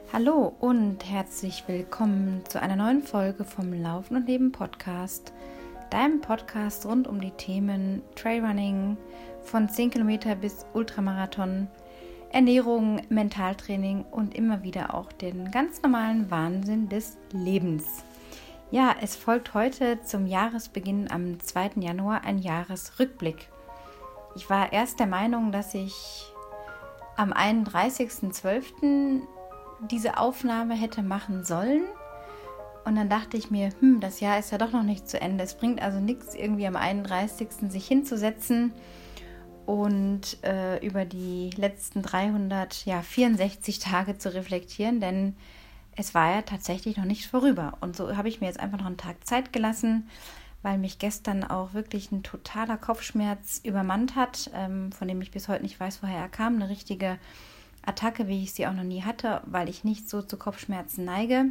Hallo und herzlich willkommen zu einer neuen Folge vom Laufen und Leben Podcast, deinem Podcast rund um die Themen Trailrunning von 10 Kilometer bis Ultramarathon, Ernährung, Mentaltraining und immer wieder auch den ganz normalen Wahnsinn des Lebens. Ja, es folgt heute zum Jahresbeginn am 2. Januar ein Jahresrückblick. Ich war erst der Meinung, dass ich am 31.12. diese Aufnahme hätte machen sollen. Und dann dachte ich mir, das Jahr ist ja doch noch nicht zu Ende. Es bringt also nichts, irgendwie am 31. sich hinzusetzen und über die letzten 364 Tage zu reflektieren, denn es war ja tatsächlich noch nicht vorüber. Und so habe ich mir jetzt einfach noch einen Tag Zeit gelassen, weil mich gestern auch wirklich ein totaler Kopfschmerz übermannt hat, von dem ich bis heute nicht weiß, woher er kam. Eine richtige Attacke, wie ich sie auch noch nie hatte, weil ich nicht so zu Kopfschmerzen neige.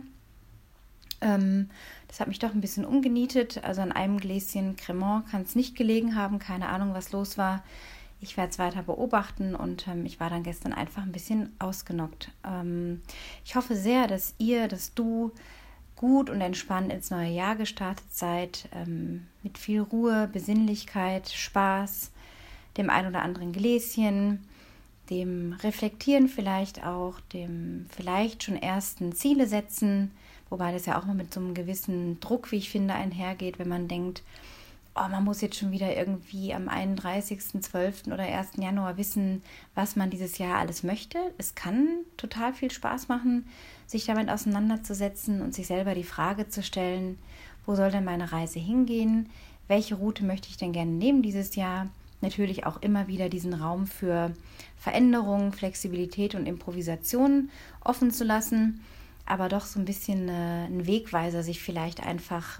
Das hat mich doch ein bisschen umgenietet. Also an einem Gläschen Cremant kann es nicht gelegen haben. Keine Ahnung, was los war. Ich werde es weiter beobachten und ich war dann gestern einfach ein bisschen ausgenockt. Ich hoffe sehr, dass du gut und entspannt ins neue Jahr gestartet seid. Mit viel Ruhe, Besinnlichkeit, Spaß, dem ein oder anderen Gläschen, dem Reflektieren vielleicht auch, dem vielleicht schon ersten Ziele setzen, wobei das ja auch mal mit so einem gewissen Druck, wie ich finde, einhergeht, wenn man denkt, man muss jetzt schon wieder irgendwie am 31.12. oder 1. Januar wissen, was man dieses Jahr alles möchte. Es kann total viel Spaß machen, sich damit auseinanderzusetzen und sich selber die Frage zu stellen, wo soll denn meine Reise hingehen? Welche Route möchte ich denn gerne nehmen dieses Jahr? Natürlich auch immer wieder diesen Raum für Veränderung, Flexibilität und Improvisation offen zu lassen, aber doch so ein bisschen einen Wegweiser sich vielleicht einfach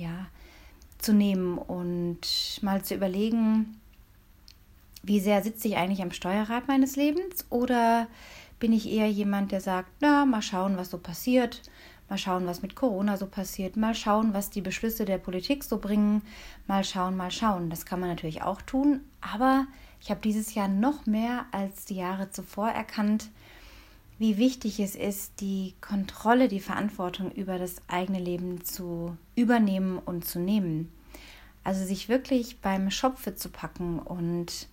zu nehmen und mal zu überlegen, wie sehr sitze ich eigentlich am Steuerrad meines Lebens oder bin ich eher jemand, der sagt, mal schauen, was so passiert, mal schauen, was mit Corona so passiert, mal schauen, was die Beschlüsse der Politik so bringen, mal schauen. Das kann man natürlich auch tun, aber ich habe dieses Jahr noch mehr als die Jahre zuvor erkannt, wie wichtig es ist, die Kontrolle, die Verantwortung über das eigene Leben zu übernehmen und zu nehmen. Also sich wirklich beim Schopfe zu packen und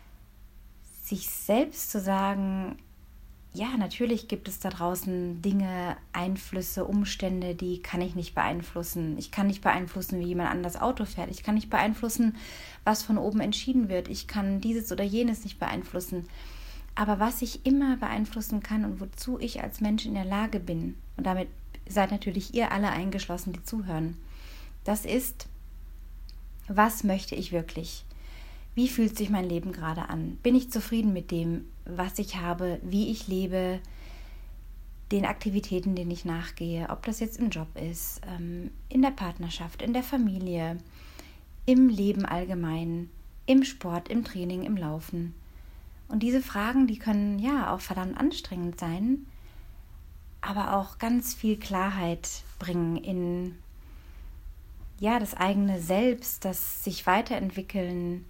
sich selbst zu sagen, ja, natürlich gibt es da draußen Dinge, Einflüsse, Umstände, die kann ich nicht beeinflussen. Ich kann nicht beeinflussen, wie jemand anders Auto fährt. Ich kann nicht beeinflussen, was von oben entschieden wird. Ich kann dieses oder jenes nicht beeinflussen. Aber was ich immer beeinflussen kann und wozu ich als Mensch in der Lage bin, und damit seid natürlich ihr alle eingeschlossen, die zuhören, das ist, was möchte ich wirklich? Wie fühlt sich mein Leben gerade an? Bin ich zufrieden mit dem, was ich habe, wie ich lebe, den Aktivitäten, denen ich nachgehe, ob das jetzt im Job ist, in der Partnerschaft, in der Familie, im Leben allgemein, im Sport, im Training, im Laufen. Und diese Fragen, die können ja auch verdammt anstrengend sein, aber auch ganz viel Klarheit bringen in das eigene Selbst, das sich weiterentwickeln,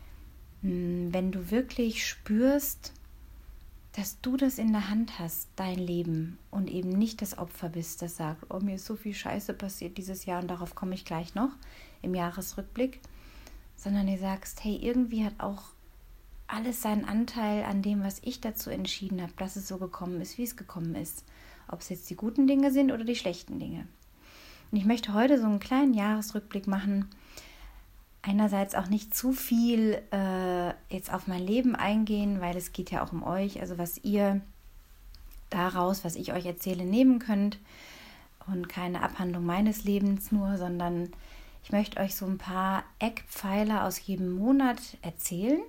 wenn du wirklich spürst, dass du das in der Hand hast, dein Leben, und eben nicht das Opfer bist, das sagt, mir ist so viel Scheiße passiert dieses Jahr und darauf komme ich gleich noch im Jahresrückblick, sondern du sagst, hey, irgendwie hat auch alles seinen Anteil an dem, was ich dazu entschieden habe, dass es so gekommen ist, wie es gekommen ist. Ob es jetzt die guten Dinge sind oder die schlechten Dinge. Und ich möchte heute so einen kleinen Jahresrückblick machen. Einerseits auch nicht zu viel jetzt auf mein Leben eingehen, weil es geht ja auch um euch, also was ihr daraus, was ich euch erzähle, nehmen könnt, und keine Abhandlung meines Lebens nur, sondern ich möchte euch so ein paar Eckpfeiler aus jedem Monat erzählen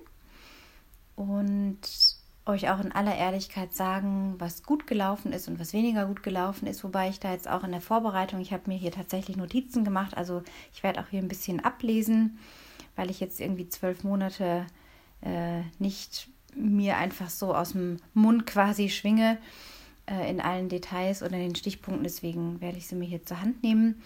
und euch auch in aller Ehrlichkeit sagen, was gut gelaufen ist und was weniger gut gelaufen ist, wobei ich da jetzt auch in der Vorbereitung, ich habe mir hier tatsächlich Notizen gemacht, also ich werde auch hier ein bisschen ablesen, weil ich jetzt irgendwie 12 Monate nicht mir einfach so aus dem Mund quasi schwinge in allen Details oder in den Stichpunkten, deswegen werde ich sie mir hier zur Hand nehmen.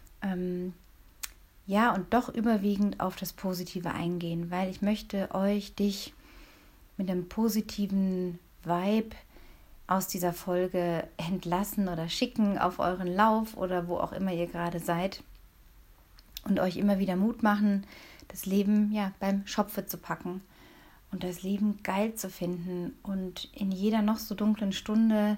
Und doch überwiegend auf das Positive eingehen, weil ich möchte dich mit einem positiven Vibe aus dieser Folge entlassen oder schicken auf euren Lauf oder wo auch immer ihr gerade seid und euch immer wieder Mut machen, das Leben beim Schopfe zu packen und das Leben geil zu finden und in jeder noch so dunklen Stunde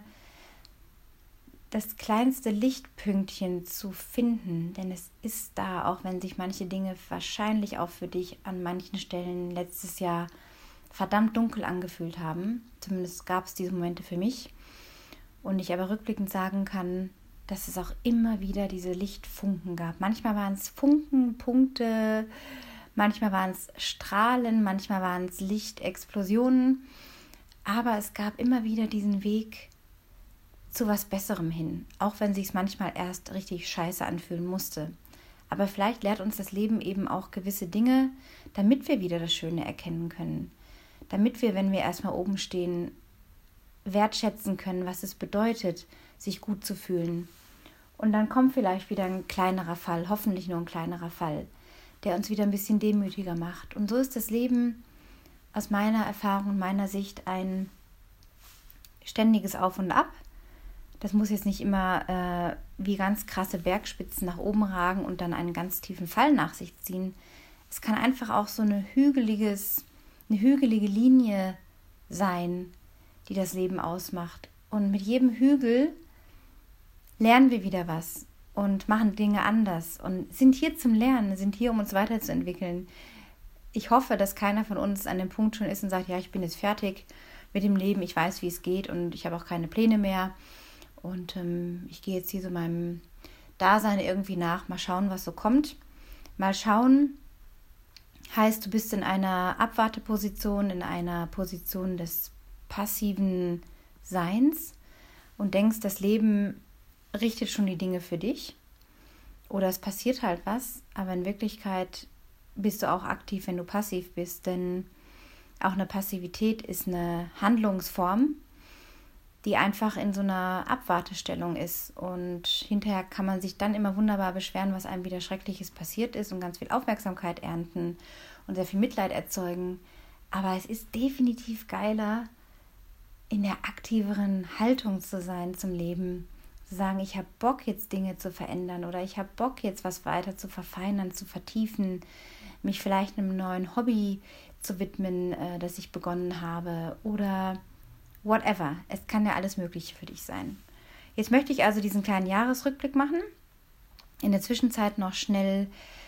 das kleinste Lichtpünktchen zu finden, denn es ist da, auch wenn sich manche Dinge wahrscheinlich auch für dich an manchen Stellen letztes Jahr verdammt dunkel angefühlt haben. Zumindest gab es diese Momente für mich. Und ich aber rückblickend sagen kann, dass es auch immer wieder diese Lichtfunken gab. Manchmal waren es Funkenpunkte, manchmal waren es Strahlen, manchmal waren es Lichtexplosionen. Aber es gab immer wieder diesen Weg zu was Besserem hin, auch wenn sich es manchmal erst richtig scheiße anfühlen musste. Aber vielleicht lehrt uns das Leben eben auch gewisse Dinge, damit wir wieder das Schöne erkennen können. Damit wir, wenn wir erstmal oben stehen, wertschätzen können, was es bedeutet, sich gut zu fühlen. Und dann kommt vielleicht wieder ein kleinerer Fall, hoffentlich nur ein kleinerer Fall, der uns wieder ein bisschen demütiger macht. Und so ist das Leben aus meiner Erfahrung und meiner Sicht ein ständiges Auf und Ab. Das muss jetzt nicht immer wie ganz krasse Bergspitzen nach oben ragen und dann einen ganz tiefen Fall nach sich ziehen. Es kann einfach auch so eine hügelige Linie sein, die das Leben ausmacht. Und mit jedem Hügel lernen wir wieder was und machen Dinge anders und sind hier zum Lernen, sind hier, um uns weiterzuentwickeln. Ich hoffe, dass keiner von uns an dem Punkt schon ist und sagt, ja, ich bin jetzt fertig mit dem Leben, ich weiß, wie es geht und ich habe auch keine Pläne mehr. Und ich gehe jetzt hier so meinem Dasein irgendwie nach. Mal schauen, was so kommt. Mal schauen heißt, du bist in einer Abwarteposition, in einer Position des passiven Seins und denkst, das Leben richtet schon die Dinge für dich. Oder es passiert halt was, aber in Wirklichkeit bist du auch aktiv, wenn du passiv bist. Denn auch eine Passivität ist eine Handlungsform, die einfach in so einer Abwartestellung ist. Und hinterher kann man sich dann immer wunderbar beschweren, was einem wieder Schreckliches passiert ist und ganz viel Aufmerksamkeit ernten und sehr viel Mitleid erzeugen. Aber es ist definitiv geiler, in der aktiveren Haltung zu sein zum Leben. Zu sagen, ich habe Bock, jetzt Dinge zu verändern oder ich habe Bock, jetzt was weiter zu verfeinern, zu vertiefen, mich vielleicht einem neuen Hobby zu widmen, das ich begonnen habe oder whatever. Es kann ja alles Mögliche für dich sein. Jetzt möchte ich also diesen kleinen Jahresrückblick machen. In der Zwischenzeit noch schnell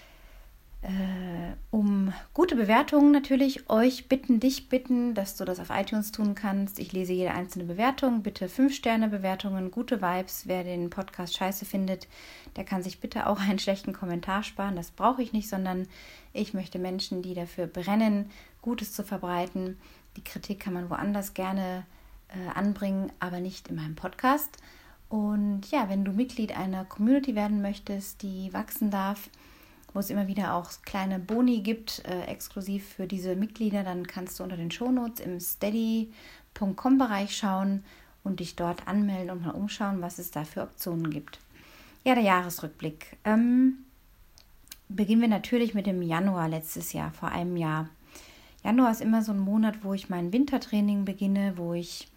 um gute Bewertungen natürlich dich bitten, dass du das auf iTunes tun kannst. Ich lese jede einzelne Bewertung. Bitte 5-Sterne-Bewertungen, gute Vibes. Wer den Podcast scheiße findet, der kann sich bitte auch einen schlechten Kommentar sparen. Das brauche ich nicht, sondern ich möchte Menschen, die dafür brennen, Gutes zu verbreiten. Die Kritik kann man woanders gerne anbringen, aber nicht in meinem Podcast. Und ja, wenn du Mitglied einer Community werden möchtest, die wachsen darf, wo es immer wieder auch kleine Boni gibt, exklusiv für diese Mitglieder, dann kannst du unter den Shownotes im steady.com-Bereich schauen und dich dort anmelden und mal umschauen, was es da für Optionen gibt. Ja, der Jahresrückblick. Beginnen wir natürlich mit dem Januar letztes Jahr, vor einem Jahr. Januar ist immer so ein Monat, wo ich mein Wintertraining beginne, wo ich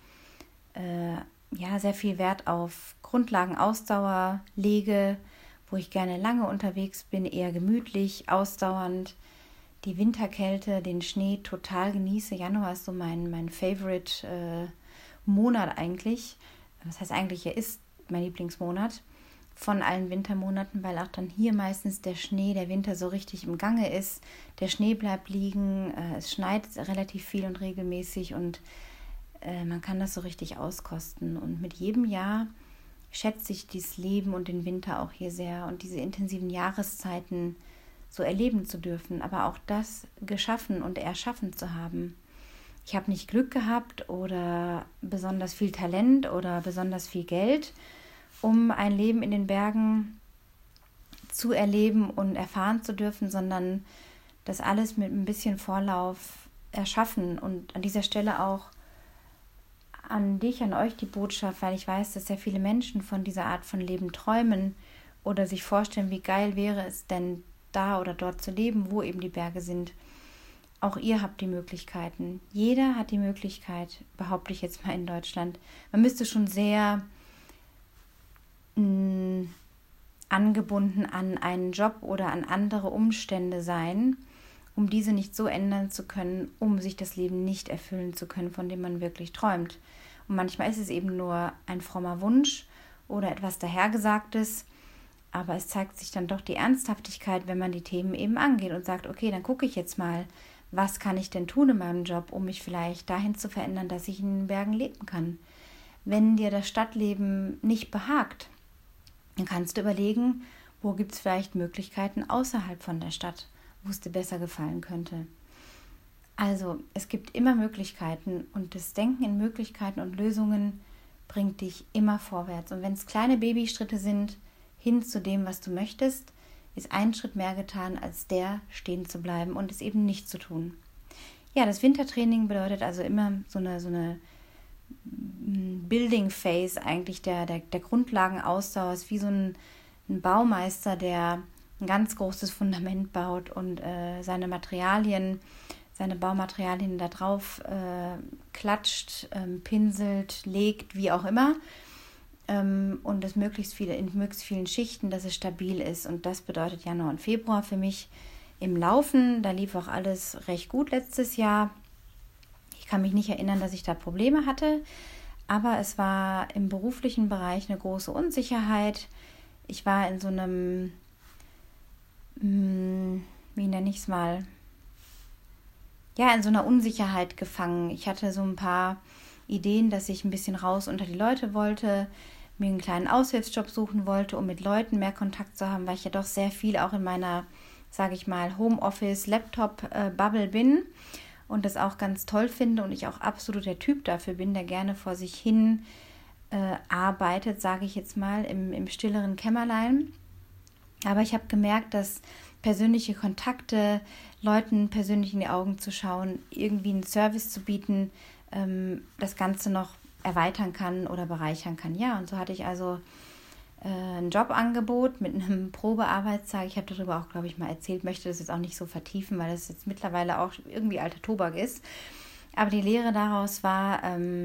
sehr viel Wert auf Grundlagenausdauer lege, wo ich gerne lange unterwegs bin, eher gemütlich, ausdauernd, die Winterkälte, den Schnee total genieße. Januar ist so mein Favorite Monat eigentlich. Was heißt eigentlich, er ist mein Lieblingsmonat von allen Wintermonaten, weil auch dann hier meistens der Schnee, der Winter so richtig im Gange ist. Der Schnee bleibt liegen, es schneit relativ viel und regelmäßig und man kann das so richtig auskosten. Und mit jedem Jahr schätze ich dieses Leben und den Winter auch hier sehr und diese intensiven Jahreszeiten so erleben zu dürfen, aber auch das geschaffen und erschaffen zu haben. Ich habe nicht Glück gehabt oder besonders viel Talent oder besonders viel Geld, um ein Leben in den Bergen zu erleben und erfahren zu dürfen, sondern das alles mit ein bisschen Vorlauf erschaffen. Und an dieser Stelle auch an dich, an euch die Botschaft, weil ich weiß, dass sehr viele Menschen von dieser Art von Leben träumen oder sich vorstellen, wie geil wäre es denn da oder dort zu leben, wo eben die Berge sind. auch ihr habt die Möglichkeiten. Jeder hat die Möglichkeit, behaupte ich jetzt mal in Deutschland. Man müsste schon sehr angebunden an einen Job oder an andere Umstände sein, um diese nicht so ändern zu können, um sich das Leben nicht erfüllen zu können, von dem man wirklich träumt. Und manchmal ist es eben nur ein frommer Wunsch oder etwas Dahergesagtes, aber es zeigt sich dann doch die Ernsthaftigkeit, wenn man die Themen eben angeht und sagt, okay, dann gucke ich jetzt mal, was kann ich denn tun in meinem Job, um mich vielleicht dahin zu verändern, dass ich in den Bergen leben kann. Wenn dir das Stadtleben nicht behagt, dann kannst du überlegen, wo gibt es vielleicht Möglichkeiten außerhalb von der Stadt, wo es dir besser gefallen könnte. Also es gibt immer Möglichkeiten und das Denken in Möglichkeiten und Lösungen bringt dich immer vorwärts. Und wenn es kleine Babyschritte sind, hin zu dem, was du möchtest, ist ein Schritt mehr getan, als der stehen zu bleiben und es eben nicht zu tun. Ja, das Wintertraining bedeutet also immer so eine Building Phase eigentlich der Grundlagenausdauer. Es ist wie so ein Baumeister, der ein ganz großes Fundament baut und seine Baumaterialien da drauf klatscht, pinselt, legt, wie auch immer. Und das möglichst vielen Schichten, dass es stabil ist. Und das bedeutet Januar und Februar für mich im Laufen. Da lief auch alles recht gut letztes Jahr. Ich kann mich nicht erinnern, dass ich da Probleme hatte, aber es war im beruflichen Bereich eine große Unsicherheit. Ich war in so einem, wie nenne ich es mal, ja, in so einer Unsicherheit gefangen. Ich hatte so ein paar Ideen, dass ich ein bisschen raus unter die Leute wollte, mir einen kleinen Aushilfsjob suchen wollte, um mit Leuten mehr Kontakt zu haben, weil ich ja doch sehr viel auch in meiner, sage ich mal, Homeoffice-Laptop-Bubble bin und das auch ganz toll finde und ich auch absolut der Typ dafür bin, der gerne vor sich hin arbeitet, sage ich jetzt mal, im stilleren Kämmerlein. Aber ich habe gemerkt, dass persönliche Kontakte, Leuten persönlich in die Augen zu schauen, irgendwie einen Service zu bieten, das Ganze noch erweitern kann oder bereichern kann. Ja, und so hatte ich also ein Jobangebot mit einem Probearbeitstag. Ich habe darüber auch, glaube ich, mal erzählt, möchte das jetzt auch nicht so vertiefen, weil das jetzt mittlerweile auch irgendwie alter Tobak ist. Aber die Lehre daraus war,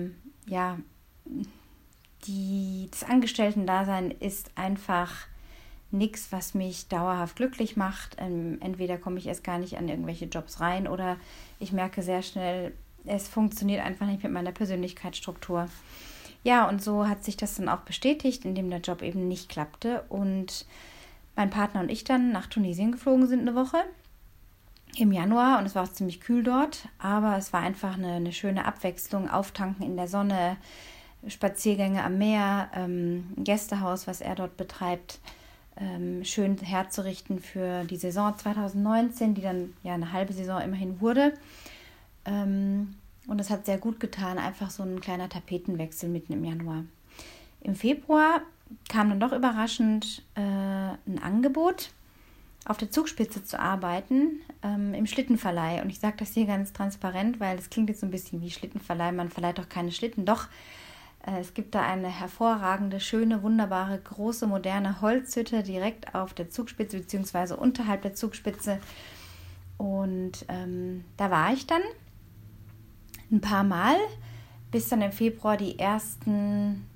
das Angestellten-Dasein ist einfach nichts, was mich dauerhaft glücklich macht. Entweder komme ich erst gar nicht an irgendwelche Jobs rein oder ich merke sehr schnell, es funktioniert einfach nicht mit meiner Persönlichkeitsstruktur. Ja, und so hat sich das dann auch bestätigt, indem der Job eben nicht klappte und mein Partner und ich dann nach Tunesien geflogen sind eine Woche im Januar und es war auch ziemlich kühl dort, aber es war einfach eine schöne Abwechslung, Auftanken in der Sonne, Spaziergänge am Meer, ein Gästehaus, was er dort betreibt, schön herzurichten für die Saison 2019, die dann ja eine halbe Saison immerhin wurde. Und es hat sehr gut getan, einfach so ein kleiner Tapetenwechsel mitten im Januar. Im Februar kam dann doch überraschend ein Angebot, auf der Zugspitze zu arbeiten, im Schlittenverleih. Und ich sage das hier ganz transparent, weil es klingt jetzt so ein bisschen wie Schlittenverleih. Man verleiht doch keine Schlitten. Doch, es gibt da eine hervorragende, schöne, wunderbare, große, moderne Holzhütte direkt auf der Zugspitze beziehungsweise unterhalb der Zugspitze. Und da war ich dann ein paar Mal, bis dann im Februar die ersten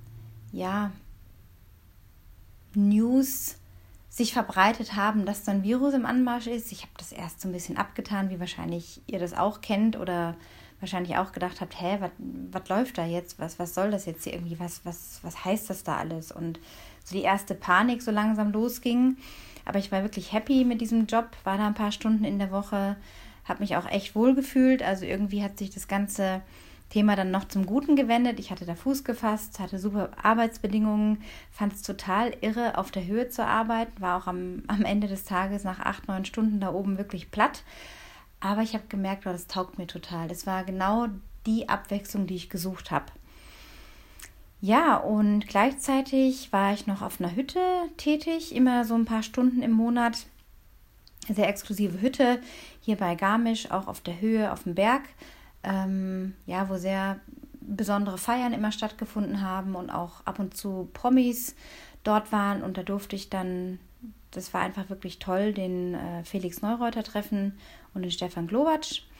News sich verbreitet haben, dass so ein Virus im Anmarsch ist. Ich habe das erst so ein bisschen abgetan, wie wahrscheinlich ihr das auch kennt oder wahrscheinlich auch gedacht habt, was läuft da jetzt? Was soll das jetzt hier irgendwie? Was heißt das da alles? Und so die erste Panik so langsam losging. Aber ich war wirklich happy mit diesem Job, war da ein paar Stunden in der Woche, habe mich auch echt wohl gefühlt. Also irgendwie hat sich das ganze Thema dann noch zum Guten gewendet. Ich hatte da Fuß gefasst, hatte super Arbeitsbedingungen, fand es total irre, auf der Höhe zu arbeiten, war auch am Ende des Tages nach 8-9 Stunden da oben wirklich platt. Aber ich habe gemerkt, das taugt mir total. Das war genau die Abwechslung, die ich gesucht habe. Ja, und gleichzeitig war ich noch auf einer Hütte tätig, immer so ein paar Stunden im Monat. Sehr exklusive Hütte, hier bei Garmisch, auch auf der Höhe, auf dem Berg, wo sehr besondere Feiern immer stattgefunden haben und auch ab und zu Promis dort waren. Und da durfte ich dann, das war einfach wirklich toll, den Felix Neureuter treffen und den Stefan Glowacz.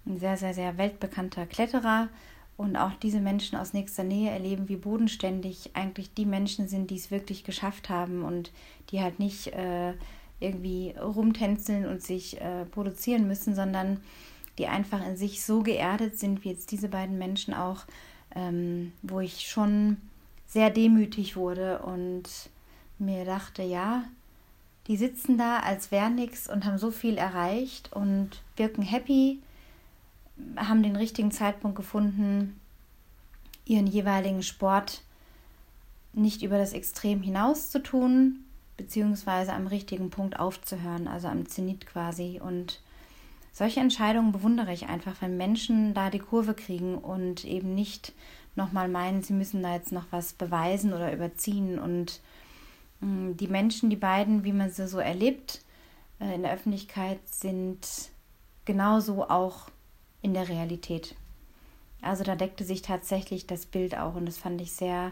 ein sehr, sehr, sehr weltbekannter Kletterer. Und auch diese Menschen aus nächster Nähe erleben, wie bodenständig eigentlich die Menschen sind, die es wirklich geschafft haben und die halt nicht irgendwie rumtänzeln und sich produzieren müssen, sondern die einfach in sich so geerdet sind, wie jetzt diese beiden Menschen auch, wo ich schon sehr demütig wurde und mir dachte, ja, die sitzen da, als wäre nichts und haben so viel erreicht und wirken happy, haben den richtigen Zeitpunkt gefunden, ihren jeweiligen Sport nicht über das Extrem hinaus zu tun, beziehungsweise am richtigen Punkt aufzuhören, also am Zenit quasi. Und solche Entscheidungen bewundere ich einfach, wenn Menschen da die Kurve kriegen und eben nicht nochmal meinen, sie müssen da jetzt noch was beweisen oder überziehen. Und die Menschen, die beiden, wie man sie so erlebt in der Öffentlichkeit, sind genauso auch in der Realität. Also da deckte sich tatsächlich das Bild auch und das fand ich sehr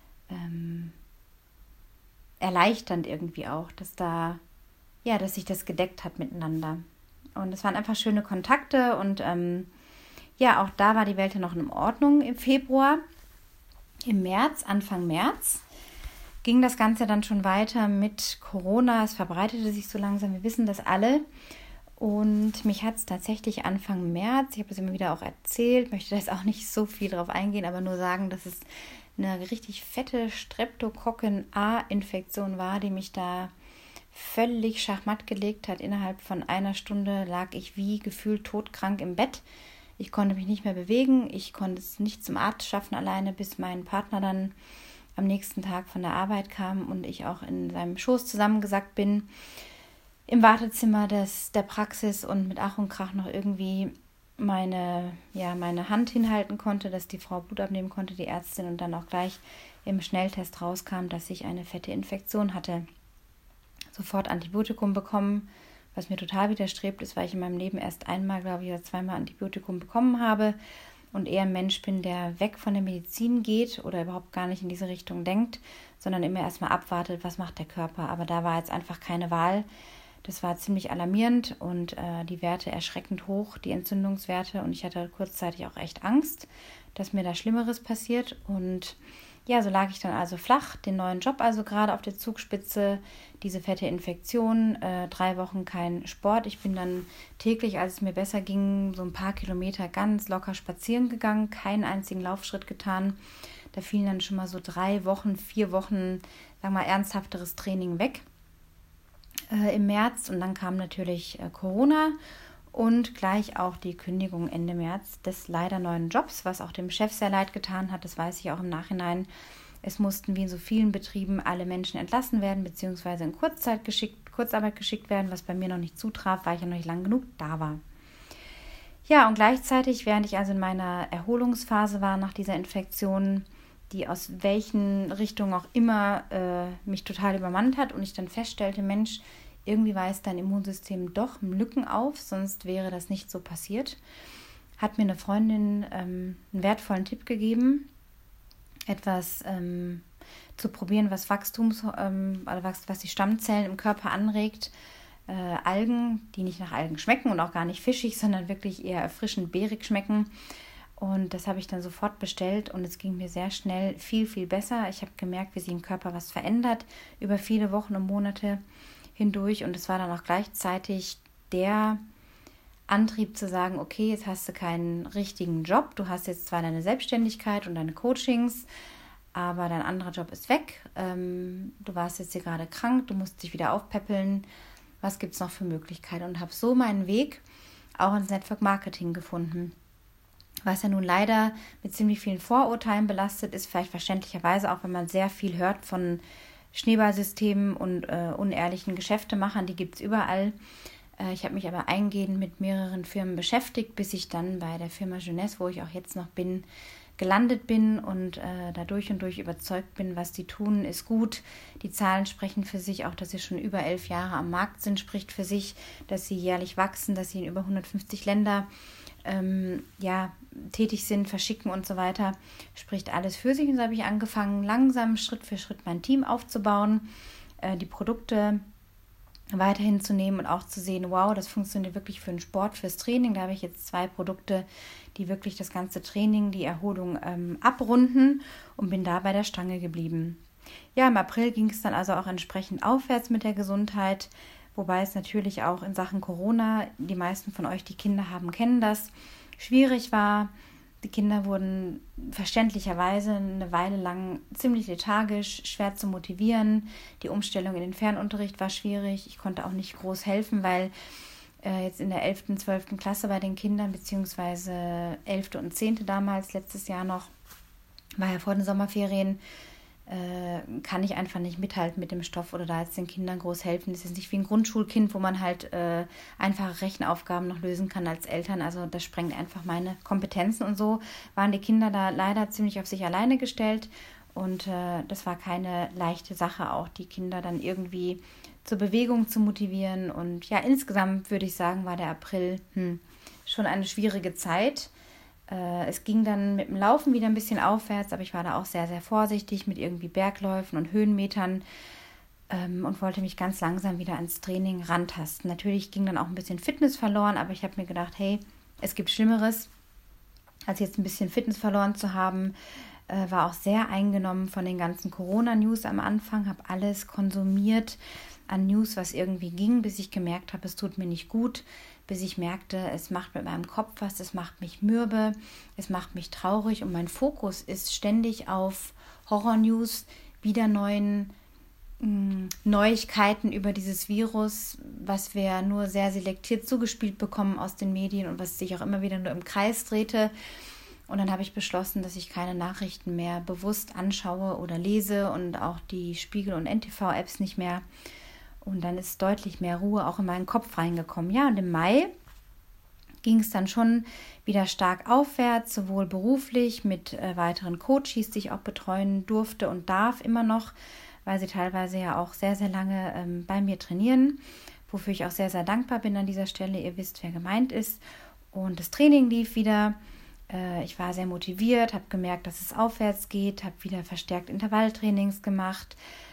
erleichternd irgendwie auch, dass sich das gedeckt hat miteinander. Und es waren einfach schöne Kontakte und auch da war die Welt ja noch in Ordnung im Februar. Im März, Anfang März, ging das Ganze dann schon weiter mit Corona. Es verbreitete sich so langsam, wir wissen das alle. Und mich hat es tatsächlich Anfang März, ich habe es immer wieder auch erzählt, möchte da jetzt auch nicht so viel drauf eingehen, aber nur sagen, dass es eine richtig fette Streptokokken-A-Infektion war, die mich da völlig schachmatt gelegt hat. Innerhalb von einer Stunde lag ich wie gefühlt todkrank im Bett. Ich konnte mich nicht mehr bewegen, ich konnte es nicht zum Arzt schaffen alleine, bis mein Partner dann am nächsten Tag von der Arbeit kam und ich auch in seinem Schoß zusammengesackt bin. Im Wartezimmer der Praxis und mit Ach und Krach noch irgendwie meine Hand hinhalten konnte, dass die Frau Blut abnehmen konnte, die Ärztin, und dann auch gleich im Schnelltest rauskam, dass ich eine fette Infektion hatte. Sofort Antibiotikum bekommen, was mir total widerstrebt ist, weil ich in meinem Leben erst einmal, glaube ich, oder zweimal Antibiotikum bekommen habe und eher ein Mensch bin, der weg von der Medizin geht oder überhaupt gar nicht in diese Richtung denkt, sondern immer erstmal abwartet, was macht der Körper. Aber da war jetzt einfach keine Wahl. Das war ziemlich alarmierend und die Werte erschreckend hoch, die Entzündungswerte. Und ich hatte kurzzeitig auch echt Angst, dass mir da Schlimmeres passiert. Und ja, so lag ich dann also flach, den neuen Job also gerade auf der Zugspitze, diese fette Infektion, 3 Wochen kein Sport. Ich bin dann täglich, als es mir besser ging, so ein paar Kilometer ganz locker spazieren gegangen, keinen einzigen Laufschritt getan. Da fielen dann schon mal so 3 Wochen, 4 Wochen, sagen wir mal, ernsthafteres Training weg. Im März, und dann kam natürlich Corona und gleich auch die Kündigung Ende März des leider neuen Jobs, was auch dem Chef sehr leid getan hat, das weiß ich auch im Nachhinein. Es mussten wie in so vielen Betrieben alle Menschen entlassen werden, beziehungsweise in Kurzarbeit geschickt werden, was bei mir noch nicht zutraf, weil ich ja noch nicht lang genug da war. Ja, und gleichzeitig, während ich also in meiner Erholungsphase war nach dieser Infektion, die aus welchen Richtungen auch immer mich total übermannt hat und ich dann feststellte, Mensch, irgendwie weist dein Immunsystem doch Lücken auf, sonst wäre das nicht so passiert, hat mir eine Freundin einen wertvollen Tipp gegeben, etwas zu probieren, was was die Stammzellen im Körper anregt. Algen, die nicht nach Algen schmecken und auch gar nicht fischig, sondern wirklich eher erfrischend beerig schmecken. Und das habe ich dann sofort bestellt und es ging mir sehr schnell viel, viel besser. Ich habe gemerkt, wie sich im Körper was verändert über viele Wochen und Monate hindurch. Und es war dann auch gleichzeitig der Antrieb zu sagen, okay, jetzt hast du keinen richtigen Job. Du hast jetzt zwar deine Selbstständigkeit und deine Coachings, aber dein anderer Job ist weg. Du warst jetzt hier gerade krank, du musst dich wieder aufpäppeln. Was gibt es noch für Möglichkeiten? Und habe so meinen Weg auch ins Network Marketing gefunden. Was ja nun leider mit ziemlich vielen Vorurteilen belastet ist, vielleicht verständlicherweise auch, wenn man sehr viel hört von Schneeballsystemen und unehrlichen Geschäftemachern, die gibt es überall. Ich habe mich aber eingehend mit mehreren Firmen beschäftigt, bis ich dann bei der Firma Jeunesse, wo ich auch jetzt noch bin, gelandet bin und da durch und durch überzeugt bin, was die tun, ist gut. Die Zahlen sprechen für sich, auch dass sie schon über 11 Jahre am Markt sind, spricht für sich, dass sie jährlich wachsen, dass sie in über 150 Länder tätig sind, verschicken und so weiter, spricht alles für sich. Und so habe ich angefangen, langsam Schritt für Schritt mein Team aufzubauen, die Produkte weiterhin zu nehmen und auch zu sehen, wow, das funktioniert wirklich für den Sport, fürs Training. Da habe ich jetzt 2 Produkte, die wirklich das ganze Training, die Erholung abrunden und bin da bei der Stange geblieben. Ja, im April ging es dann also auch entsprechend aufwärts mit der Gesundheit, wobei es natürlich auch in Sachen Corona, die meisten von euch, die Kinder haben, kennen das, schwierig war. Die Kinder wurden verständlicherweise eine Weile lang ziemlich lethargisch, schwer zu motivieren. Die Umstellung in den Fernunterricht war schwierig. Ich konnte auch nicht groß helfen, weil jetzt in der 11., 12. Klasse bei den Kindern, beziehungsweise 11. und 10. damals, letztes Jahr noch, war ja vor den Sommerferien, kann ich einfach nicht mithalten mit dem Stoff oder da jetzt den Kindern groß helfen. Das ist nicht wie ein Grundschulkind, wo man halt einfache Rechenaufgaben noch lösen kann als Eltern. Also das sprengt einfach meine Kompetenzen und so waren die Kinder da leider ziemlich auf sich alleine gestellt und das war keine leichte Sache, auch die Kinder dann irgendwie zur Bewegung zu motivieren. Und ja, insgesamt würde ich sagen, war der April schon eine schwierige Zeit. Es ging dann mit dem Laufen wieder ein bisschen aufwärts, aber ich war da auch sehr, sehr vorsichtig mit irgendwie Bergläufen und Höhenmetern und wollte mich ganz langsam wieder ans Training rantasten. Natürlich ging dann auch ein bisschen Fitness verloren, aber ich habe mir gedacht, hey, es gibt Schlimmeres, als jetzt ein bisschen Fitness verloren zu haben. War auch sehr eingenommen von den ganzen Corona-News am Anfang, habe alles konsumiert an News, was irgendwie ging, bis ich gemerkt habe, es tut mir nicht gut, bis ich merkte, es macht mit meinem Kopf was, es macht mich mürbe, es macht mich traurig und mein Fokus ist ständig auf Horror-News, wieder neuen Neuigkeiten über dieses Virus, was wir nur sehr selektiert zugespielt bekommen aus den Medien und was sich auch immer wieder nur im Kreis drehte. Und dann habe ich beschlossen, dass ich keine Nachrichten mehr bewusst anschaue oder lese und auch die Spiegel- und NTV-Apps nicht mehr. Und dann ist deutlich mehr Ruhe auch in meinen Kopf reingekommen. Ja, und im Mai ging es dann schon wieder stark aufwärts, sowohl beruflich mit weiteren Coaches, die ich auch betreuen durfte und darf immer noch, weil sie teilweise ja auch sehr, sehr lange bei mir trainieren, wofür ich auch sehr, sehr dankbar bin an dieser Stelle. Ihr wisst, wer gemeint ist. Und das Training lief wieder. Ich war sehr motiviert, habe gemerkt, dass es aufwärts geht, habe wieder verstärkt Intervalltrainings gemacht.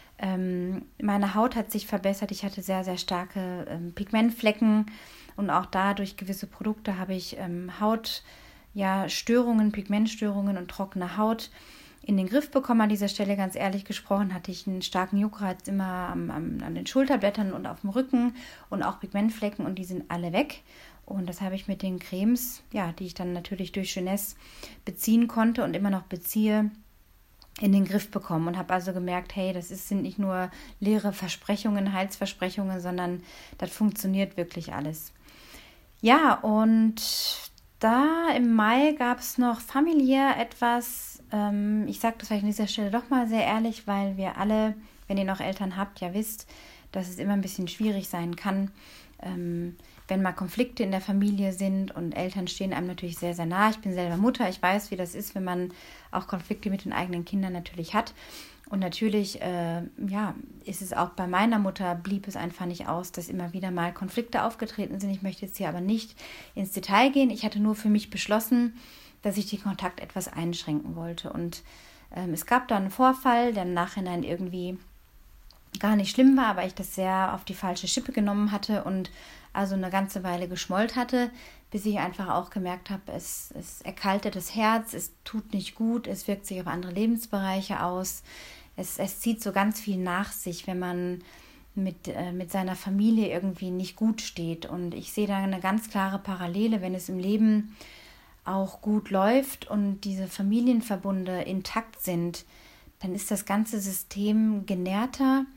Meine Haut hat sich verbessert. Ich hatte sehr, sehr starke Pigmentflecken und auch da durch gewisse Produkte habe ich Hautstörungen, Pigmentstörungen und trockene Haut in den Griff bekommen. An dieser Stelle, ganz ehrlich gesprochen, hatte ich einen starken Juckreiz immer an den Schulterblättern und auf dem Rücken und auch Pigmentflecken und die sind alle weg. Und das habe ich mit den Cremes, ja, die ich dann natürlich durch Jeunesse beziehen konnte und immer noch beziehe, in den Griff bekommen und habe also gemerkt, hey, sind nicht nur leere Versprechungen, Heilsversprechungen, sondern das funktioniert wirklich alles. Ja, und da im Mai gab es noch familiär etwas, ich sage das vielleicht an dieser Stelle doch mal sehr ehrlich, weil wir alle, wenn ihr noch Eltern habt, ja wisst, dass es immer ein bisschen schwierig sein kann, wenn mal Konflikte in der Familie sind und Eltern stehen einem natürlich sehr, sehr nah. Ich bin selber Mutter, ich weiß, wie das ist, wenn man auch Konflikte mit den eigenen Kindern natürlich hat. Und natürlich, ist es auch bei meiner Mutter, blieb es einfach nicht aus, dass immer wieder mal Konflikte aufgetreten sind. Ich möchte jetzt hier aber nicht ins Detail gehen. Ich hatte nur für mich beschlossen, dass ich den Kontakt etwas einschränken wollte. Und es gab da einen Vorfall, der im Nachhinein irgendwie gar nicht schlimm war, aber ich das sehr auf die falsche Schippe genommen hatte und also eine ganze Weile geschmollt hatte, bis ich einfach auch gemerkt habe, es erkaltet das Herz, es tut nicht gut, es wirkt sich auf andere Lebensbereiche aus, es zieht so ganz viel nach sich, wenn man mit seiner Familie irgendwie nicht gut steht. Und ich sehe da eine ganz klare Parallele, wenn es im Leben auch gut läuft und diese Familienverbunde intakt sind, dann ist das ganze System genährter,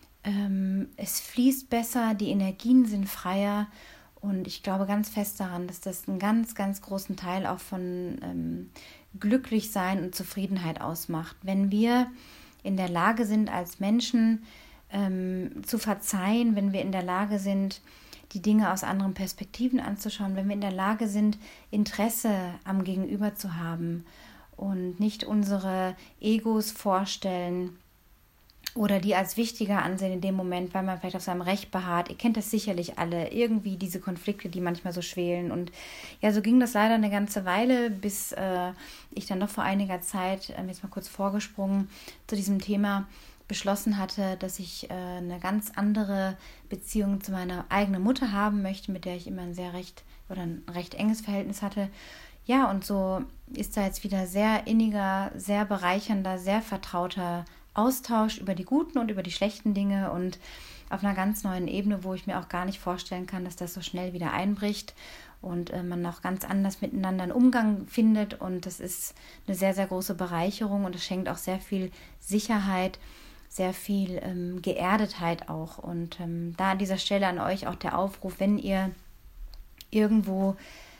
es fließt besser, die Energien sind freier und ich glaube ganz fest daran, dass das einen ganz, ganz großen Teil auch von Glücklichsein und Zufriedenheit ausmacht. Wenn wir in der Lage sind, als Menschen zu verzeihen, wenn wir in der Lage sind, die Dinge aus anderen Perspektiven anzuschauen, wenn wir in der Lage sind, Interesse am Gegenüber zu haben und nicht unsere Egos vorstellen oder die als wichtiger ansehen in dem Moment, weil man vielleicht auf seinem Recht beharrt. Ihr kennt das sicherlich alle, irgendwie diese Konflikte, die manchmal so schwelen. Und ja, so ging das leider eine ganze Weile, bis ich dann noch vor einiger Zeit, jetzt mal kurz vorgesprungen, zu diesem Thema beschlossen hatte, dass ich eine ganz andere Beziehung zu meiner eigenen Mutter haben möchte, mit der ich immer ein recht enges Verhältnis hatte. Ja, und so ist da jetzt wieder sehr inniger, sehr bereichernder, sehr vertrauter Austausch über die guten und über die schlechten Dinge und auf einer ganz neuen Ebene, wo ich mir auch gar nicht vorstellen kann, dass das so schnell wieder einbricht und man auch ganz anders miteinander einen Umgang findet. Und das ist eine sehr, sehr große Bereicherung und es schenkt auch sehr viel Sicherheit, sehr viel Geerdetheit auch. Und da an dieser Stelle an euch auch der Aufruf, wenn ihr irgendwo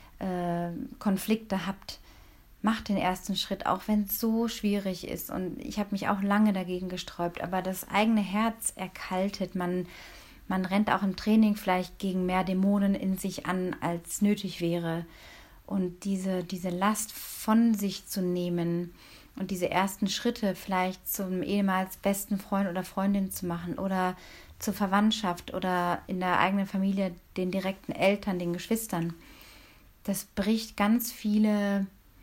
Konflikte habt, macht den ersten Schritt, auch wenn es so schwierig ist. Und ich habe mich auch lange dagegen gesträubt, aber das eigene Herz erkaltet. Man rennt auch im Training vielleicht gegen mehr Dämonen in sich an, als nötig wäre. Und diese Last von sich zu nehmen und diese ersten Schritte vielleicht zum ehemals besten Freund oder Freundin zu machen oder zur Verwandtschaft oder in der eigenen Familie den direkten Eltern, den Geschwistern, das bricht ganz viele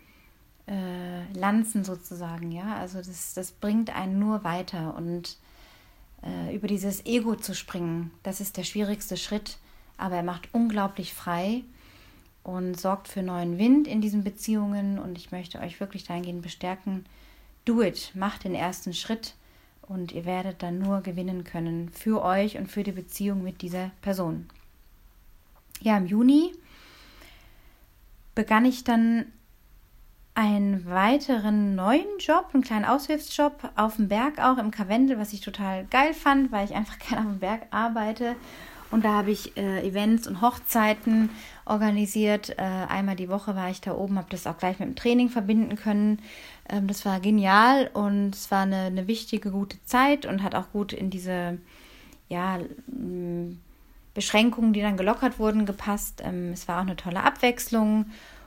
Lanzen sozusagen, ja, also das bringt einen nur weiter und über dieses Ego zu springen, das ist der schwierigste Schritt, aber er macht unglaublich frei und sorgt für neuen Wind in diesen Beziehungen und ich möchte euch wirklich dahingehend bestärken, do it, macht den ersten Schritt und ihr werdet dann nur gewinnen können für euch und für die Beziehung mit dieser Person. Ja, im Juni begann ich dann einen weiteren neuen Job, einen kleinen Aushilfsjob auf dem Berg auch im Karwendel, was ich total geil fand, weil ich einfach gerne auf dem Berg arbeite. Und da habe ich Events und Hochzeiten organisiert. Einmal die Woche war ich da oben, habe das auch gleich mit dem Training verbinden können. Das war genial und es war eine wichtige, gute Zeit und hat auch gut in diese Beschränkungen, die dann gelockert wurden, gepasst. Es war auch eine tolle Abwechslung.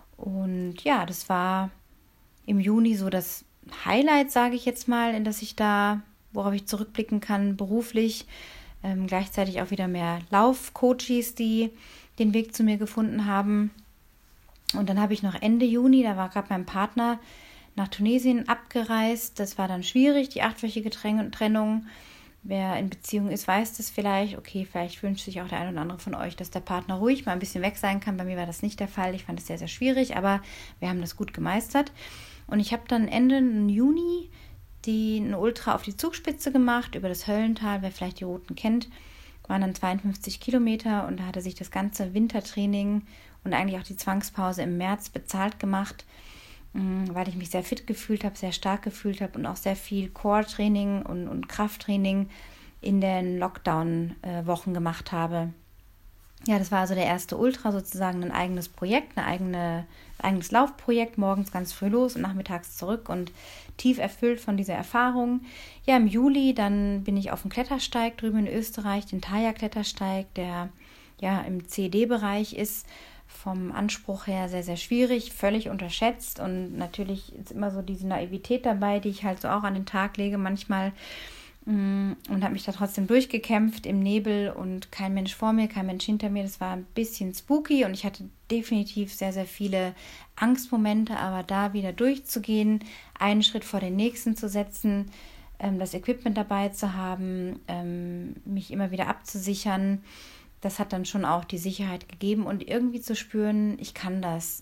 Und ja, das war im Juni so das Highlight, sage ich jetzt mal, in das ich da, worauf ich zurückblicken kann, beruflich. Gleichzeitig auch wieder mehr Laufcoaches, die den Weg zu mir gefunden haben. Und dann habe ich noch Ende Juni, da war gerade mein Partner nach Tunesien abgereist. Das war dann schwierig, die 8-wöchige Trennung. Wer in Beziehung ist, weiß das vielleicht. Okay, vielleicht wünscht sich auch der eine oder andere von euch, dass der Partner ruhig mal ein bisschen weg sein kann. Bei mir war das nicht der Fall. Ich fand es sehr, sehr schwierig, aber wir haben das gut gemeistert. Und ich habe dann Ende Juni einen Ultra auf die Zugspitze gemacht, über das Höllental, wer vielleicht die Routen kennt. Waren dann 52 Kilometer und da hatte sich das ganze Wintertraining und eigentlich auch die Zwangspause im März bezahlt gemacht, weil ich mich sehr fit gefühlt habe, sehr stark gefühlt habe und auch sehr viel Core-Training und Krafttraining in den Lockdown-Wochen gemacht habe. Ja, das war also der erste Ultra, sozusagen ein eigenes Projekt, eigenes Laufprojekt, morgens ganz früh los und nachmittags zurück und tief erfüllt von dieser Erfahrung. Ja, im Juli, dann bin ich auf dem Klettersteig drüben in Österreich, den Thaya-Klettersteig, der ja im CD-Bereich ist, vom Anspruch her sehr, sehr schwierig, völlig unterschätzt und natürlich ist immer so diese Naivität dabei, die ich halt so auch an den Tag lege manchmal und habe mich da trotzdem durchgekämpft im Nebel und kein Mensch vor mir, kein Mensch hinter mir. Das war ein bisschen spooky und ich hatte definitiv sehr, sehr viele Angstmomente, aber da wieder durchzugehen, einen Schritt vor den nächsten zu setzen, das Equipment dabei zu haben, mich immer wieder abzusichern, das hat dann schon auch die Sicherheit gegeben und irgendwie zu spüren, ich kann das.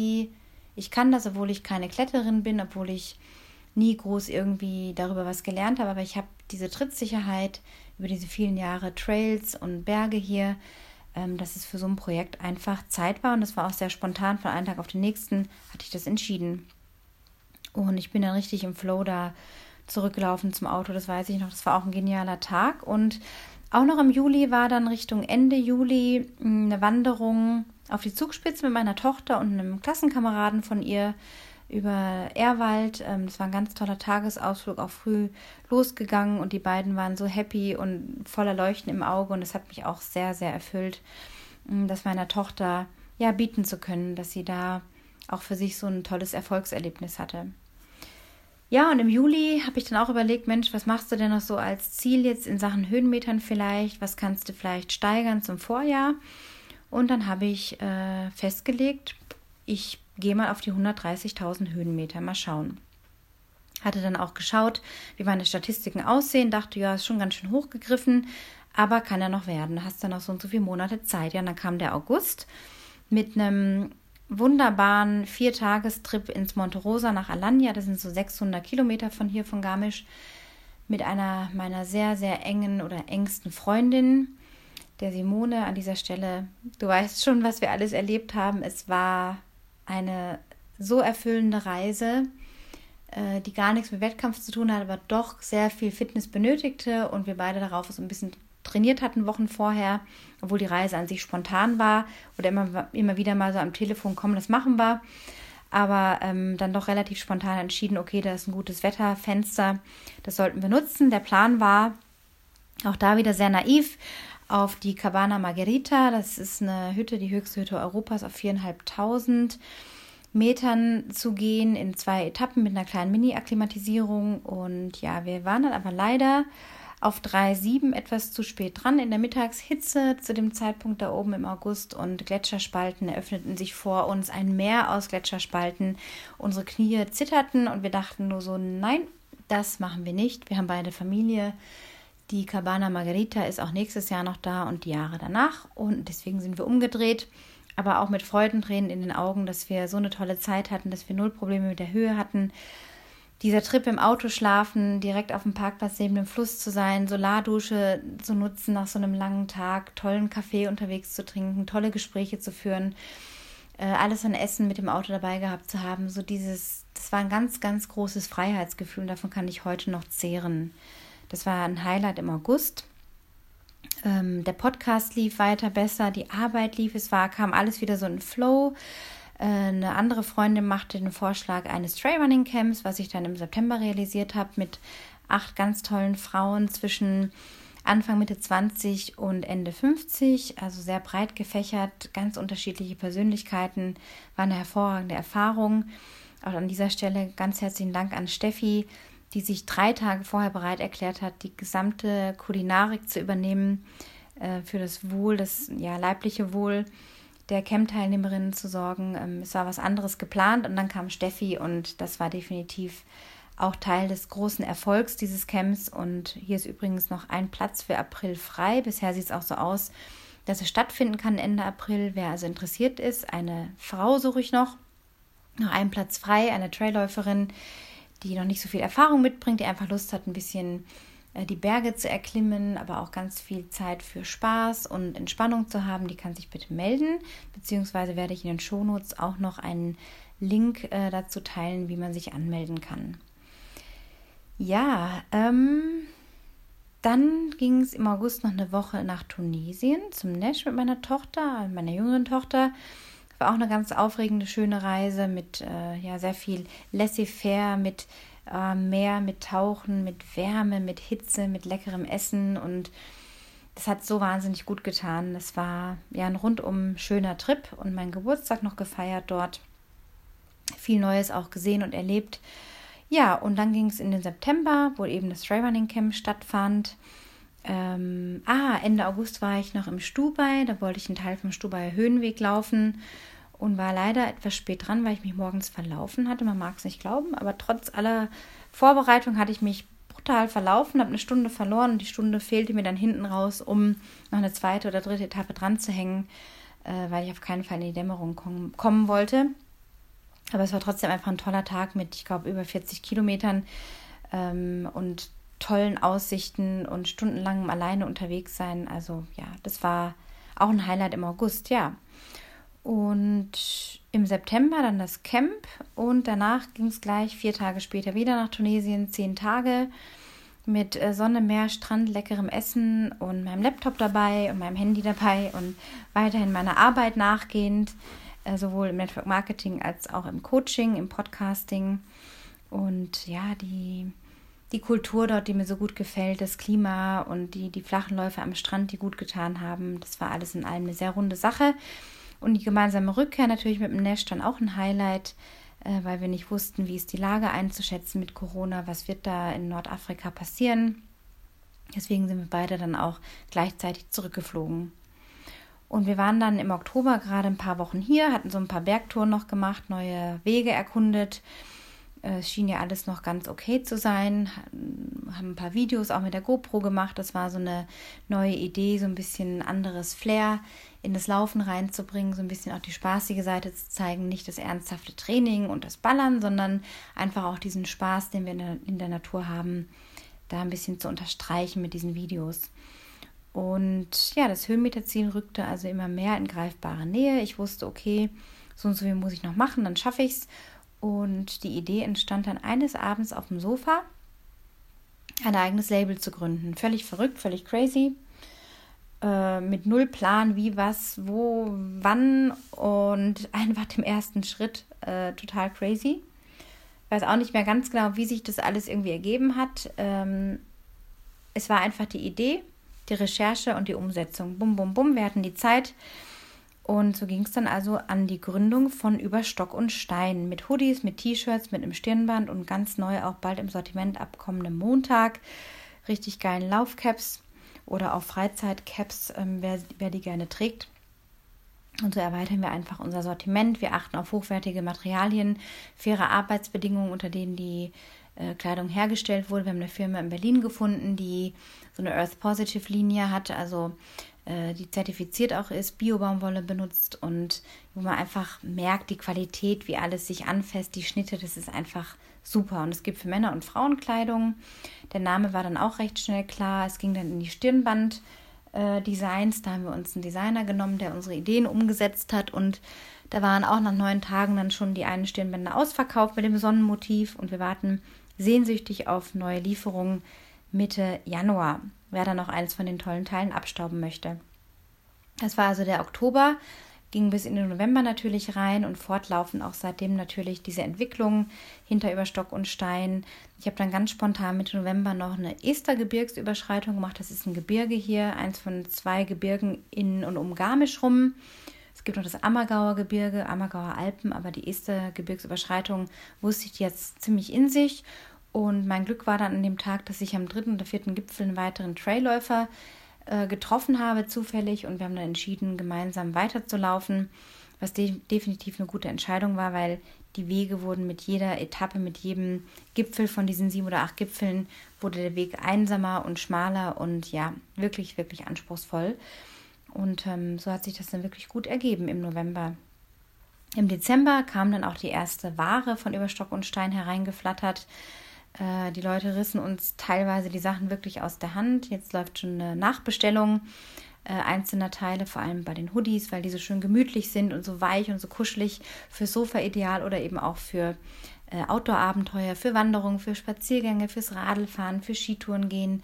Ich kann das, obwohl ich keine Kletterin bin, obwohl ich nie groß irgendwie darüber was gelernt habe, aber ich habe diese Trittsicherheit über diese vielen Jahre Trails und Berge hier, dass es für so ein Projekt einfach Zeit war und das war auch sehr spontan, von einem Tag auf den nächsten hatte ich das entschieden. Und ich bin dann richtig im Flow da zurückgelaufen zum Auto, das weiß ich noch, das war auch ein genialer Tag und auch noch im Juli war dann Richtung Ende Juli eine Wanderung auf die Zugspitze mit meiner Tochter und einem Klassenkameraden von ihr über Ehrwald. Das war ein ganz toller Tagesausflug, auch früh losgegangen und die beiden waren so happy und voller Leuchten im Auge und es hat mich auch sehr, sehr erfüllt, das meiner Tochter ja bieten zu können, dass sie da auch für sich so ein tolles Erfolgserlebnis hatte. Ja, und im Juli habe ich dann auch überlegt, Mensch, was machst du denn noch so als Ziel jetzt in Sachen Höhenmetern vielleicht? Was kannst du vielleicht steigern zum Vorjahr? Und dann habe ich festgelegt, ich gehe mal auf die 130.000 Höhenmeter, mal schauen. Hatte dann auch geschaut, wie meine Statistiken aussehen, dachte, ja, ist schon ganz schön hochgegriffen, aber kann ja noch werden. Du hast dann noch so und so viele Monate Zeit. Ja, und dann kam der August mit einem wunderbaren 4-Tagestrip ins Monte Rosa nach Alanya. Das sind so 600 Kilometer von hier, von Garmisch, mit einer meiner sehr, sehr engen oder engsten Freundin, der Simone. An dieser Stelle, du weißt schon, was wir alles erlebt haben. Es war eine so erfüllende Reise, die gar nichts mit Wettkampf zu tun hat, aber doch sehr viel Fitness benötigte und wir beide darauf so ein bisschen trainiert hatten Wochen vorher, obwohl die Reise an sich spontan war oder immer wieder mal so am Telefon, komm, das machen wir. Aber dann doch relativ spontan entschieden, okay, da ist ein gutes Wetterfenster, das sollten wir nutzen. Der Plan war, auch da wieder sehr naiv, auf die Cabana Margherita. Das ist eine Hütte, die höchste Hütte Europas auf 4.500 Metern zu gehen in 2 Etappen mit einer kleinen Mini-Akklimatisierung. Und ja, wir waren dann aber leider auf 3,7 etwas zu spät dran in der Mittagshitze zu dem Zeitpunkt da oben im August und Gletscherspalten eröffneten sich vor uns, ein Meer aus Gletscherspalten. Unsere Knie zitterten und wir dachten nur so, nein, das machen wir nicht. Wir haben beide Familie. Die Cabana Margherita ist auch nächstes Jahr noch da und die Jahre danach und deswegen sind wir umgedreht. Aber auch mit Freudentränen in den Augen, dass wir so eine tolle Zeit hatten, dass wir 0 Probleme mit der Höhe hatten. Dieser Trip im Auto schlafen, direkt auf dem Parkplatz neben dem Fluss zu sein, Solardusche zu nutzen nach so einem langen Tag, tollen Kaffee unterwegs zu trinken, tolle Gespräche zu führen, alles an Essen mit dem Auto dabei gehabt zu haben. Das war ein ganz, ganz großes Freiheitsgefühl und davon kann ich heute noch zehren. Das war ein Highlight im August. Der Podcast lief weiter besser, die Arbeit lief, kam alles wieder so in Flow. Eine andere Freundin machte den Vorschlag eines Trailrunning Camps, was ich dann im September realisiert habe, mit 8 ganz tollen Frauen zwischen Anfang, Mitte 20 und Ende 50, also sehr breit gefächert, ganz unterschiedliche Persönlichkeiten, war eine hervorragende Erfahrung. Auch an dieser Stelle ganz herzlichen Dank an Steffi, die sich 3 Tage vorher bereit erklärt hat, die gesamte Kulinarik zu übernehmen, für das Wohl, das leibliche Wohl der Camp-Teilnehmerinnen zu sorgen. Es war was anderes geplant und dann kam Steffi und das war definitiv auch Teil des großen Erfolgs dieses Camps. Und hier ist übrigens noch ein Platz für April frei. Bisher sieht es auch so aus, dass es stattfinden kann Ende April. Wer also interessiert ist, eine Frau suche ich noch einen Platz frei, eine Trailläuferin, die noch nicht so viel Erfahrung mitbringt, die einfach Lust hat, ein bisschen die Berge zu erklimmen, aber auch ganz viel Zeit für Spaß und Entspannung zu haben, die kann sich bitte melden, beziehungsweise werde ich in den Shownotes auch noch einen Link dazu teilen, wie man sich anmelden kann. Ja, dann ging es im August noch eine Woche nach Tunesien zum Nesch mit meiner Tochter, meiner jüngeren Tochter. War auch eine ganz aufregende, schöne Reise mit sehr viel Laissez-faire, mit Meer, mit Tauchen, mit Wärme, mit Hitze, mit leckerem Essen und das hat so wahnsinnig gut getan. Das war ja ein rundum schöner Trip und meinen Geburtstag noch gefeiert dort. Viel Neues auch gesehen und erlebt. Ja, und dann ging es in den September, wo eben das Trailrunning Camp stattfand. Ende August war ich noch im Stubai, da wollte ich einen Teil vom Stubaier Höhenweg laufen und war leider etwas spät dran, weil ich mich morgens verlaufen hatte. Man mag es nicht glauben, aber trotz aller Vorbereitung hatte ich mich brutal verlaufen, habe eine Stunde verloren und die Stunde fehlte mir dann hinten raus, um noch eine 2. oder 3. Etappe dran zu hängen, weil ich auf keinen Fall in die Dämmerung kommen wollte. Aber es war trotzdem einfach ein toller Tag mit, ich glaube, über 40 Kilometern und tollen Aussichten und stundenlangem alleine unterwegs sein. Also ja, das war auch ein Highlight im August, ja. Und im September dann das Camp und danach ging es gleich 4 Tage später wieder nach Tunesien, 10 Tage mit Sonne, Meer, Strand, leckerem Essen und meinem Laptop dabei und meinem Handy dabei und weiterhin meiner Arbeit nachgehend, sowohl im Network Marketing als auch im Coaching, im Podcasting und ja, die Kultur dort, die mir so gut gefällt, das Klima und die flachen Läufe am Strand, die gut getan haben, das war alles in allem eine sehr runde Sache. Und die gemeinsame Rückkehr natürlich mit dem Nesch dann auch ein Highlight, weil wir nicht wussten, wie ist die Lage einzuschätzen mit Corona, was wird da in Nordafrika passieren. Deswegen sind wir beide dann auch gleichzeitig zurückgeflogen. Und wir waren dann im Oktober gerade ein paar Wochen hier, hatten so ein paar Bergtouren noch gemacht, neue Wege erkundet Es schien ja alles noch ganz okay zu sein, haben ein paar Videos auch mit der GoPro gemacht. Das war so eine neue Idee, so ein bisschen anderes Flair in das Laufen reinzubringen, so ein bisschen auch die spaßige Seite zu zeigen, nicht das ernsthafte Training und das Ballern, sondern einfach auch diesen Spaß, den wir in der Natur haben, da ein bisschen zu unterstreichen mit diesen Videos. Und ja, das Höhenmeterziel rückte also immer mehr in greifbare Nähe. Ich wusste, okay, so und so viel muss ich noch machen, dann schaffe ich es. Und die Idee entstand dann eines Abends auf dem Sofa, ein eigenes Label zu gründen. Völlig verrückt, völlig crazy. Mit null Plan, wie, was, wo, wann und einfach dem ersten Schritt total crazy. Ich weiß auch nicht mehr ganz genau, wie sich das alles irgendwie ergeben hat. Es war einfach die Idee, die Recherche und die Umsetzung. Bum, bum, bum, wir hatten die Zeit. Und so ging es dann also an die Gründung von Über Stock und Stein mit Hoodies, mit T-Shirts, mit einem Stirnband und ganz neu auch bald im Sortiment ab kommendem Montag. Richtig geilen Laufcaps oder auch Freizeitcaps, wer die gerne trägt. Und so erweitern wir einfach unser Sortiment. Wir achten auf hochwertige Materialien, faire Arbeitsbedingungen, unter denen die Kleidung hergestellt wurde. Wir haben eine Firma in Berlin gefunden, die so eine Earth Positive Linie hat, also die zertifiziert auch ist, Bio-Baumwolle benutzt und wo man einfach merkt, die Qualität, wie alles sich anfasst, die Schnitte, das ist einfach super. Und es gibt für Männer- und Frauenkleidung. Der Name war dann auch recht schnell klar. Es ging dann in die Stirnband-Designs. Da haben wir uns einen Designer genommen, der unsere Ideen umgesetzt hat. Und da waren auch nach 9 Tagen dann schon die einen Stirnbänder ausverkauft mit dem Sonnenmotiv. Und wir warten sehnsüchtig auf neue Lieferungen Mitte Januar. Wer da noch eins von den tollen Teilen abstauben möchte. Das war also der Oktober, ging bis in den November natürlich rein und fortlaufend auch seitdem natürlich diese Entwicklung hinter Über Stock und Stein. Ich habe dann ganz spontan Mitte November noch eine Ester-Gebirgsüberschreitung gemacht. Das ist ein Gebirge hier, eins von 2 Gebirgen in und um Garmisch rum. Es gibt noch das Ammergauer Gebirge, Ammergauer Alpen, aber die Ester-Gebirgsüberschreitung wusste ich jetzt ziemlich in sich. Und mein Glück war dann an dem Tag, dass ich am 3. oder 4. Gipfel einen weiteren Trailläufer getroffen habe, zufällig. Und wir haben dann entschieden, gemeinsam weiterzulaufen, was definitiv eine gute Entscheidung war, weil die Wege wurden mit jeder Etappe, mit jedem Gipfel von diesen 7 oder 8 Gipfeln, wurde der Weg einsamer und schmaler und ja, wirklich, wirklich anspruchsvoll. Und so hat sich das dann wirklich gut ergeben im November. Im Dezember kam dann auch die erste Ware von Über Stock und Stein hereingeflattert. Die Leute rissen uns teilweise die Sachen wirklich aus der Hand. Jetzt läuft schon eine Nachbestellung einzelner Teile, vor allem bei den Hoodies, weil die so schön gemütlich sind und so weich und so kuschelig fürs Sofa ideal oder eben auch für Outdoor-Abenteuer, für Wanderungen, für Spaziergänge, fürs Radlfahren, für Skitouren gehen,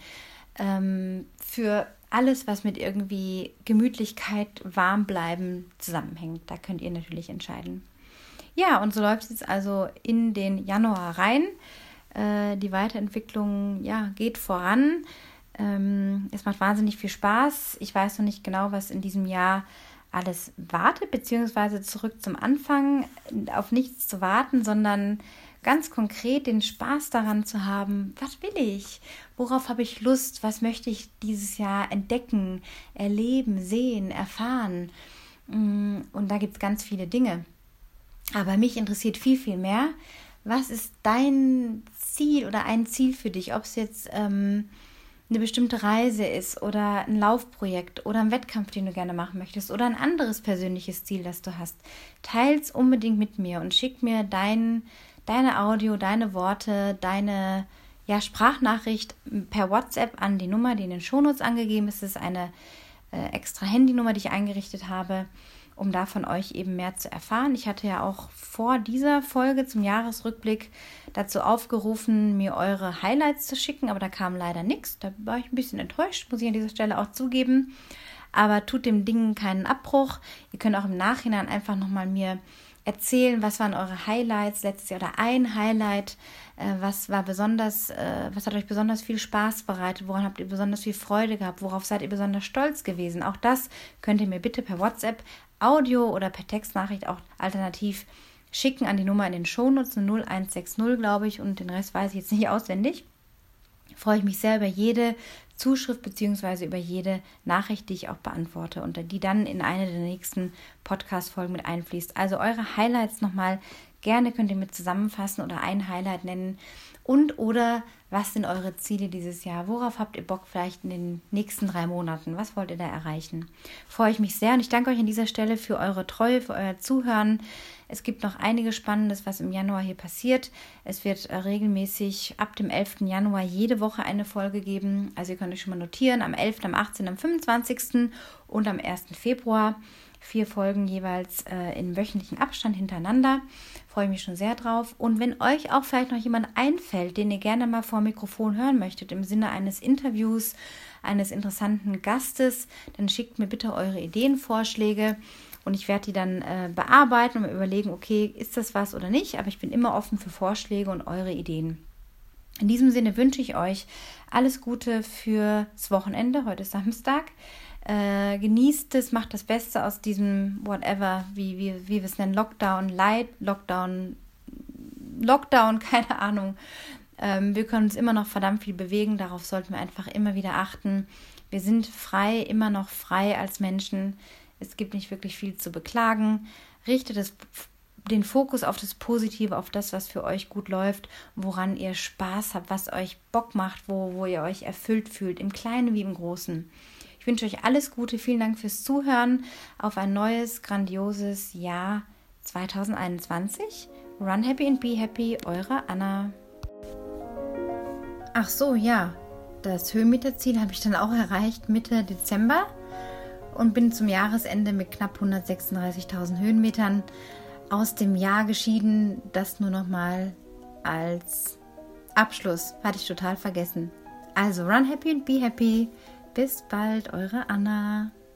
für alles, was mit irgendwie Gemütlichkeit, warm bleiben zusammenhängt. Da könnt ihr natürlich entscheiden. Ja, und so läuft es jetzt also in den Januar rein. Die Weiterentwicklung geht voran. Es macht wahnsinnig viel Spaß. Ich weiß noch nicht genau, was in diesem Jahr alles wartet, beziehungsweise zurück zum Anfang, auf nichts zu warten, sondern ganz konkret den Spaß daran zu haben, was will ich, worauf habe ich Lust, was möchte ich dieses Jahr entdecken, erleben, sehen, erfahren. Und da gibt es ganz viele Dinge. Aber mich interessiert viel, viel mehr, was ist dein Ziel oder ein Ziel für dich, ob es jetzt eine bestimmte Reise ist oder ein Laufprojekt oder ein Wettkampf, den du gerne machen möchtest oder ein anderes persönliches Ziel, das du hast. Teils unbedingt mit mir und schick mir deine Audio, deine Worte, deine Sprachnachricht per WhatsApp an die Nummer, die in den Shownotes angegeben ist. Das ist eine extra Handynummer, die ich eingerichtet habe, um da von euch eben mehr zu erfahren. Ich hatte ja auch vor dieser Folge zum Jahresrückblick dazu aufgerufen, mir eure Highlights zu schicken, aber da kam leider nichts. Da war ich ein bisschen enttäuscht, muss ich an dieser Stelle auch zugeben. Aber tut dem Ding keinen Abbruch. Ihr könnt auch im Nachhinein einfach nochmal mir erzählen, was waren eure Highlights letztes Jahr oder ein Highlight, was hat euch besonders viel Spaß bereitet, woran habt ihr besonders viel Freude gehabt, worauf seid ihr besonders stolz gewesen. Auch das könnt ihr mir bitte per WhatsApp, Audio oder per Textnachricht auch alternativ schicken an die Nummer in den Shownotes, 0160, glaube ich, und den Rest weiß ich jetzt nicht auswendig. Freue ich mich sehr über jede Zuschrift bzw. über jede Nachricht, die ich auch beantworte und die dann in eine der nächsten Podcast-Folgen mit einfließt. Also eure Highlights nochmal Gerne könnt ihr mit zusammenfassen oder ein Highlight nennen. Und oder was sind eure Ziele dieses Jahr? Worauf habt ihr Bock vielleicht in den nächsten 3 Monaten? Was wollt ihr da erreichen? Freue ich mich sehr und ich danke euch an dieser Stelle für eure Treue, für euer Zuhören. Es gibt noch einiges Spannendes, was im Januar hier passiert. Es wird regelmäßig ab dem 11. Januar jede Woche eine Folge geben. Also ihr könnt euch schon mal notieren, am 11., am 18., am 25. und am 1. Februar. 4 Folgen jeweils in wöchentlichen Abstand hintereinander. Freue ich mich schon sehr drauf. Und wenn euch auch vielleicht noch jemand einfällt, den ihr gerne mal vor Mikrofon hören möchtet, im Sinne eines Interviews, eines interessanten Gastes, dann schickt mir bitte eure Ideenvorschläge und ich werde die dann bearbeiten und mir überlegen, okay, ist das was oder nicht? Aber ich bin immer offen für Vorschläge und eure Ideen. In diesem Sinne wünsche ich euch alles Gute fürs Wochenende. Heute ist Samstag. Genießt es, macht das Beste aus diesem whatever, wie wir es nennen, Lockdown, Light, Lockdown, keine Ahnung. Wir können uns immer noch verdammt viel bewegen, darauf sollten wir einfach immer wieder achten. Wir sind frei, immer noch frei als Menschen. Es gibt nicht wirklich viel zu beklagen. Richtet den Fokus auf das Positive, auf das, was für euch gut läuft, woran ihr Spaß habt, was euch Bock macht, wo ihr euch erfüllt fühlt, im Kleinen wie im Großen. Ich wünsche euch alles Gute, vielen Dank fürs Zuhören auf ein neues, grandioses Jahr 2021. Run happy and be happy, eure Anna. Ach so, ja, das Höhenmeterziel habe ich dann auch erreicht Mitte Dezember und bin zum Jahresende mit knapp 136.000 Höhenmetern aus dem Jahr geschieden. Das nur noch mal als Abschluss, hatte ich total vergessen. Also run happy and be happy. Bis bald, eure Anna.